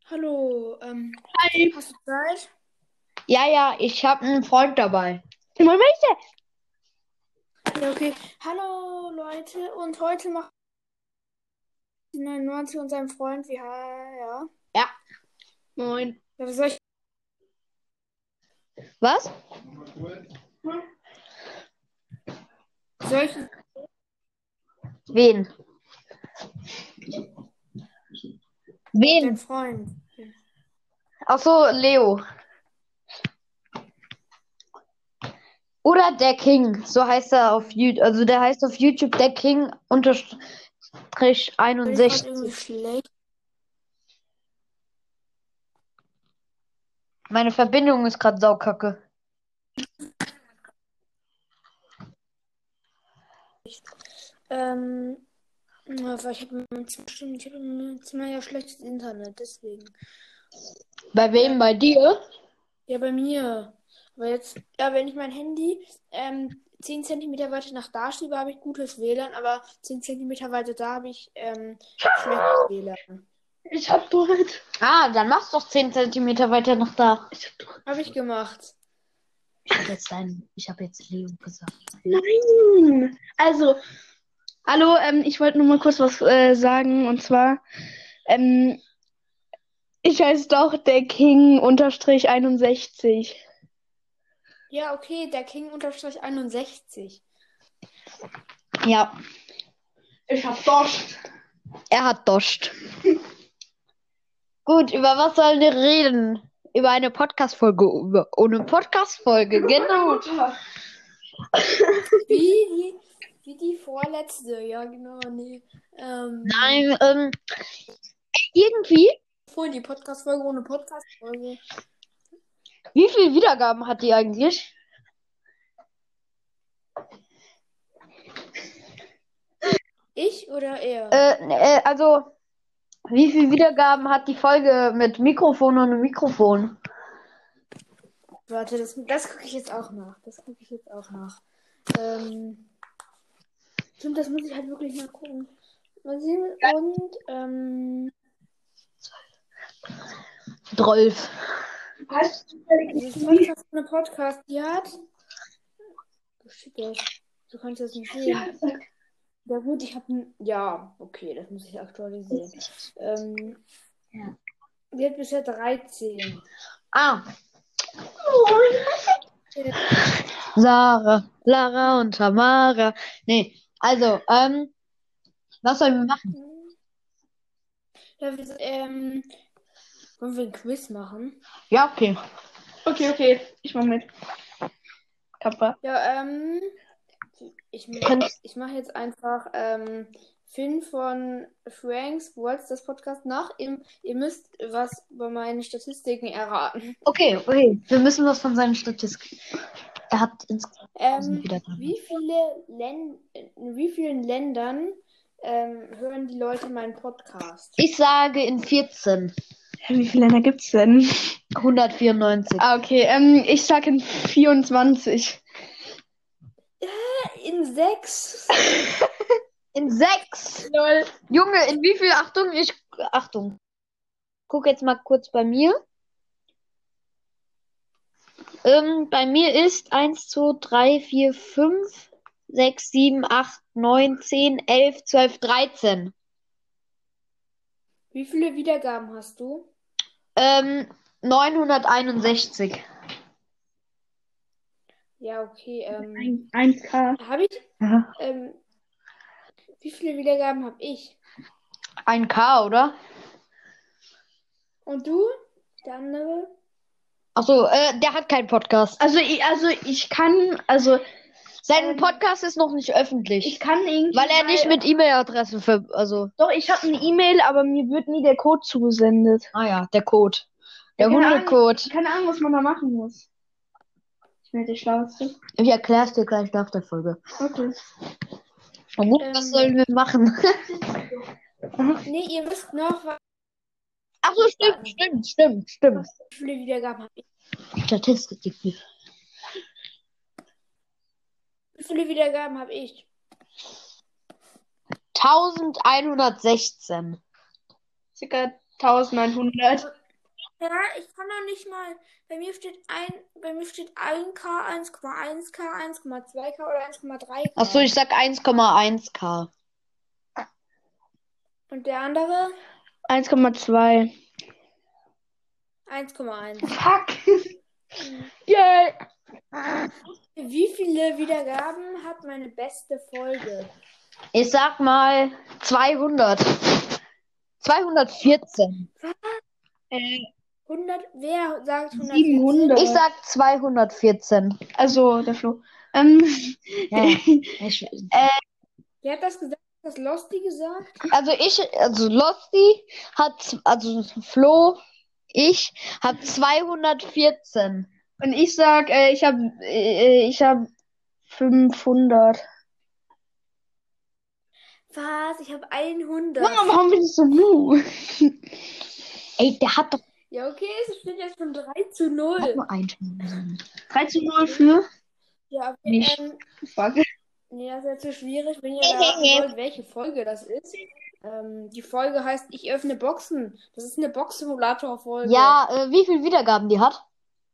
Hallo, Hi. hast du Zeit? Ja, ich habe einen Freund dabei. Mal welche? Ja, okay. Hallo Leute, und heute macht die 99 und seinem Freund, ja. Ja, Moin. Ja, was soll ich? was? Soll ich Wen? dein Wen? Freund? Ach so, Leo. Oder der King. So heißt er auf YouTube. Also der heißt auf YouTube der King unterstrich Bin ich gerade irgendwie 61. schlecht? Meine Verbindung ist gerade saukacke. Ähm, aber ich habe ich habe im Zimmer ja schlechtes Internet, deswegen. Bei Ja, wem? Bei dir? ja, bei mir. Aber jetzt, ja, wenn ich mein Handy 10 Zentimeter weiter nach da schiebe, habe ich gutes WLAN, aber 10 Zentimeter weiter da habe ich schlechtes WLAN. Ich hab Durst. Ah, dann mach's doch 10 Zentimeter weiter nach da. Habe ich gemacht. Ich habe jetzt Leo gesagt. Nein. Also, hallo, ich wollte nur mal kurz was sagen. Und zwar, ähm, ich heiße doch der King unterstrich 61. Ja, okay, der King unterstrich 61. Ja, Ich hab Durst. er hat Dost. Gut, über was sollen wir reden? Über eine Podcast-Folge. Ohne Podcast-Folge, genau. Wie die vorletzte, ja, genau, nee. Nein, irgendwie, Vorhin die Podcast-Folge ohne Podcast-Folge. wie viele Wiedergaben hat die eigentlich? Ich oder er? Also, wie viele Wiedergaben hat die Folge mit Mikrofon ohne Mikrofon? Warte, das gucke ich jetzt auch nach. Das gucke ich jetzt auch nach. Stimmt, das muss ich halt wirklich nachgucken. Mal sehen. Und, 12. Hast du dieses Podcast ohne Podcast, die hat. Wo steht das? Du kannst das nicht sehen. Ja gut, ich habe ja, okay, das muss ich aktualisieren. Ja. Die hat bisher 13. Ah, Äh, Sarah, Lara und Tamara. Nee, also, was sollen wir machen? Ja, wollen wir ein Quiz machen? Ja, okay. Okay, ich mach mit. Kappa. Ja, Könnt, ich mache jetzt einfach Finn von Franks Worlds das Podcast nach. Ihr müsst was über meine Statistiken erraten. okay. Wir müssen was von seinen Statistiken. Er hat insgesamt 1000 Wiedergaben. In wie vielen Ländern hören die Leute meinen Podcast? Ich sage in 14. Wie viele Länder gibt's denn? 194. Ah, okay, ich sag in 24. In 6. In 6. Lol. Junge, in wie viel? Achtung. Guck jetzt mal kurz bei mir. Bei mir ist 1, 2, 3, 4, 5, 6, 7, 8, 9, 10, 11, 12, 13. Wie viele Wiedergaben hast du? 961. Ja, okay. 1K. Habe ich? Ja. Wie viele Wiedergaben habe ich? 1K, oder? Und du? Der andere? Achso, der hat keinen Podcast. Ich kann, also Sein Podcast ist noch nicht öffentlich. ich kann irgendwie, Weil er nicht mit E-Mail-Adresse also. Doch, ich habe eine E-Mail, aber mir wird nie der Code zugesendet. Ah ja, der Code. Der Keine Hundecode. Keine Ahnung, was man da machen muss. Ich bin der Schlauste. Ich erklär's dir gleich nach der Folge. Okay. Na gut, was sollen wir machen? Nee, ihr müsst noch was. Achso, stimmt. Wie viele Wiedergaben habe ich? Statistik. Wie viele Wiedergaben habe ich? 1116. Circa 1900. Ja, ich kann doch nicht mal. Bei mir steht 1K, 1,1K, 1,2K oder 1,3K. Achso, ich sag 1,1K. Und der andere 1,2. 1,1. Fuck. Hm. Yay. Wie viele Wiedergaben hat meine beste Folge? Ich sag mal 200. 214. Äh, 100? Wer sagt 700. 114? Ich sag 214. Also, der Flo. Ja. Ich, Wer hat das gesagt? Hat das Losty gesagt? also Losty hat, also Flo, ich hab 214. Und ich sag, ich hab 500. Was? Ich habe 100. Mama, warum bist du so nu? Ey, der hat doch Ja, okay, es steht jetzt schon 3:0. nur einen. 3:0 für? Ja, okay, Nicht. Fuck. nee, das ist jetzt so schwierig, wenn ihr erraten wollt, welche Folge das ist. Die Folge heißt Ich öffne Boxen. Das ist eine Box-Simulator-Folge. Ja, wie viel Wiedergaben die hat?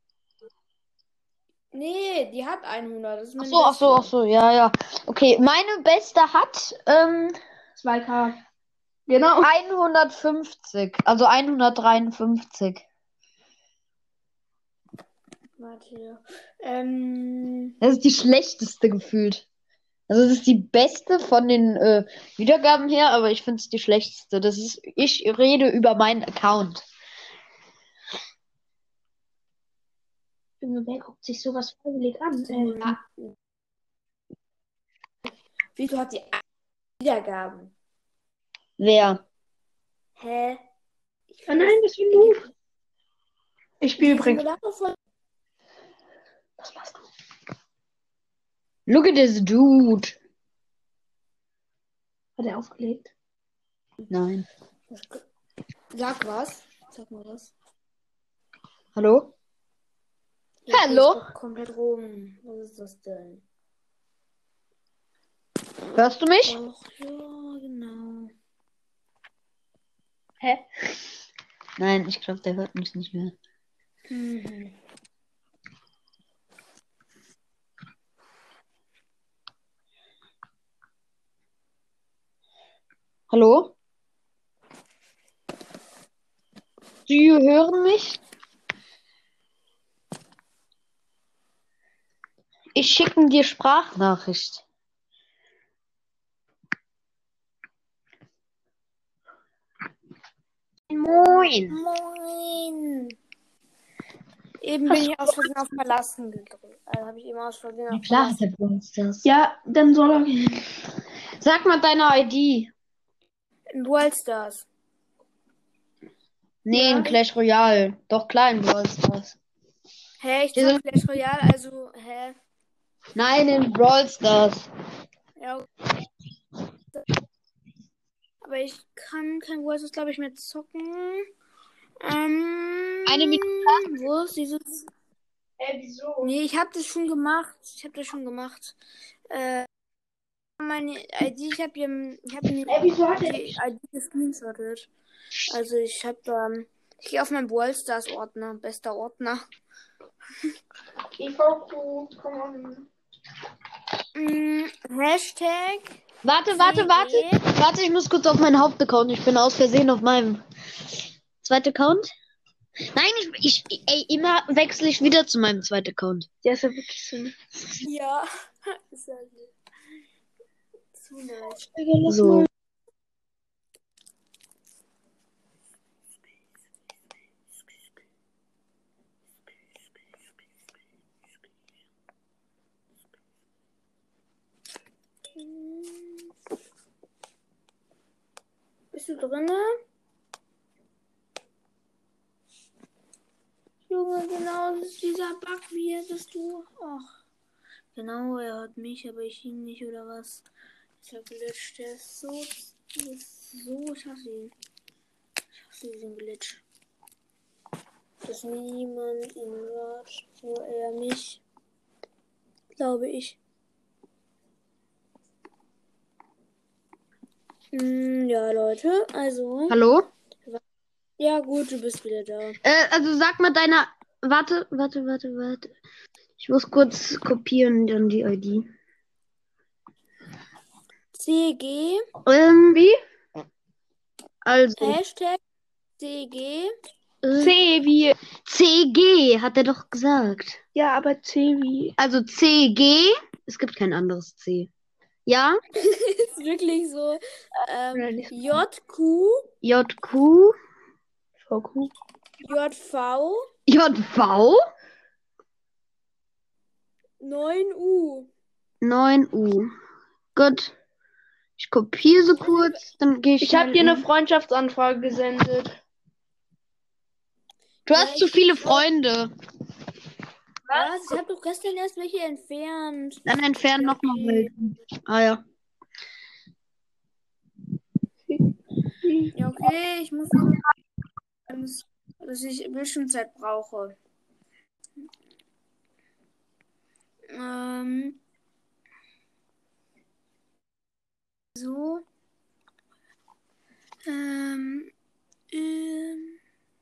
Nee, die hat 100. Das ist meine Ach beste. so, ja. Okay, meine beste hat 2K. Genau. 150, also 153. Warte hier. Das ist die schlechteste gefühlt. Also das ist die beste von den Wiedergaben her, aber ich finde es die schlechteste. Ich rede über meinen Account. Wer guckt sich sowas freiwillig an? Wieso hat die Wiedergaben? Wer? Hä? Oh nein, das bin du. Ich spiele übrigens. Simulator-Folge. Was machst du? Look at this dude. Hat er aufgelegt? Nein. Sag was. Sag mal was. Hallo? Hier Hallo? ist komplett rum. Was ist das denn? Hörst du mich? Ach, ja, genau. Hä? Nein, ich glaube, der hört mich nicht mehr. Mhm. Hallo? Sie hören mich? Ich schicke dir Sprachnachricht. Moin. Moin. Eben bin ich aus Versehen auf Verlassen gedrückt. Also habe ich eben aus Versehen auf Klar Verlassen. hat er uns das. Ja, dann soll er gehen. Sag mal deine ID. In Brawl Stars. Nee, Ja. in Clash Royale. Doch, klar, in Brawl Stars. Hä, ich Diese- sag Clash Royale, also, hä? Nein, in Brawl Stars. Ja. Aber ich kann kein Brawl Stars, glaube ich, mehr zocken. Eine Minute. Wo ist dieses? Wieso? Nee, ich habe das schon gemacht. Meine ID, ich habe Wieso hat er die ID gescreenshottet. Also ich gehe auf meinen Brawl Stars Ordner, bester Ordner. komm on. Hashtag. Warte, ich muss kurz auf meinen Hauptaccount. Ich bin aus Versehen auf meinem zweiten Account. Nein, immer wechsle ich wieder zu meinem zweiten Account. Der ist ja wirklich so. Ja. Ist ja zu nice. So. Bist du drinne? Junge, genau, das ist dieser Bug, wie hättest du. Ach. Genau, er hört mich, aber ich ihn nicht, oder was? Dieser Glitch, der ist so. Ich hasse ihn. Ich hasse diesen Glitch. Dass niemand ihn hört, nur er mich. Glaube ich. Ja, Leute, also. Hallo? Ja, gut, du bist wieder da. Also sag mal deiner. Warte. Ich muss kurz kopieren dann die ID. CG, Wie? Also Hashtag CG. C wie. CG hat er doch gesagt. Ja, aber C wie. Also CG. Es gibt kein anderes C. Ja? Ist wirklich so. Oder nicht so. JQ, JQ. VQ. JV, JV. 9U. 9U. Gut. Ich kopiere so kurz, dann gehe ich Ich habe schnell dir eine in. Freundschaftsanfrage gesendet. Du hast zu viele Freunde. Was? Ich habe doch gestern erst welche entfernt. Dann entfernen Ja, nochmal okay. welche. Ah ja. Ja, okay, ich muss noch, dass ich Bildschirmzeit brauche. So. Ähm, ähm.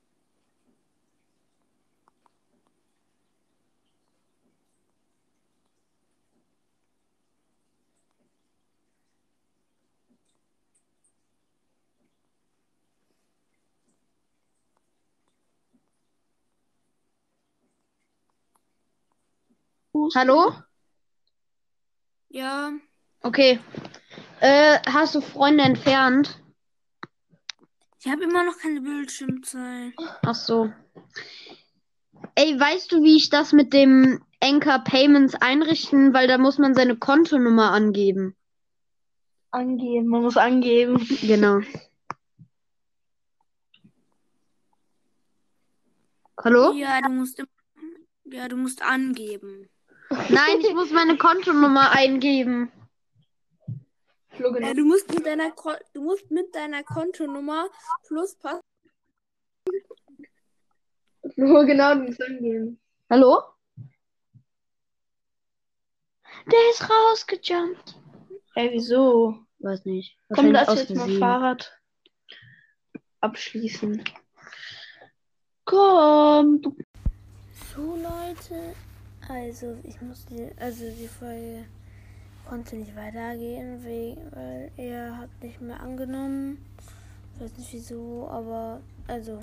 Hallo? Ja, Okay. Hast du Freunde entfernt? ich habe immer noch keine Bildschirmzeit. Ach so. Ey, weißt du, wie ich das mit dem Anchor Payments einrichten? Weil da muss man seine Kontonummer angeben. Angeben, man muss angeben. Genau. Hallo? Ja, du musst angeben. Nein, ich muss meine Kontonummer eingeben. Ja, du musst mit deiner Kontonummer plus Pass. Nur genau, du musst angeben. Hallo? Der ist rausgejumpt. Ey, wieso? Weiß nicht. Komm, Wahrscheinlich lass aus jetzt mal Versehen. Fahrrad abschließen. Komm. So, Leute. Also, die Folge konnte nicht weitergehen, weil er hat nicht mehr angenommen. Ich weiß nicht wieso, aber also,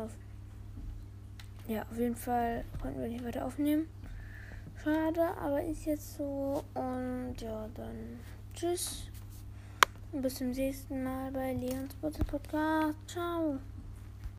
auf jeden Fall konnten wir nicht weiter aufnehmen. Schade, aber ist jetzt so. Und ja, dann tschüss. Und bis zum nächsten Mal bei Leons Podcast. Ciao.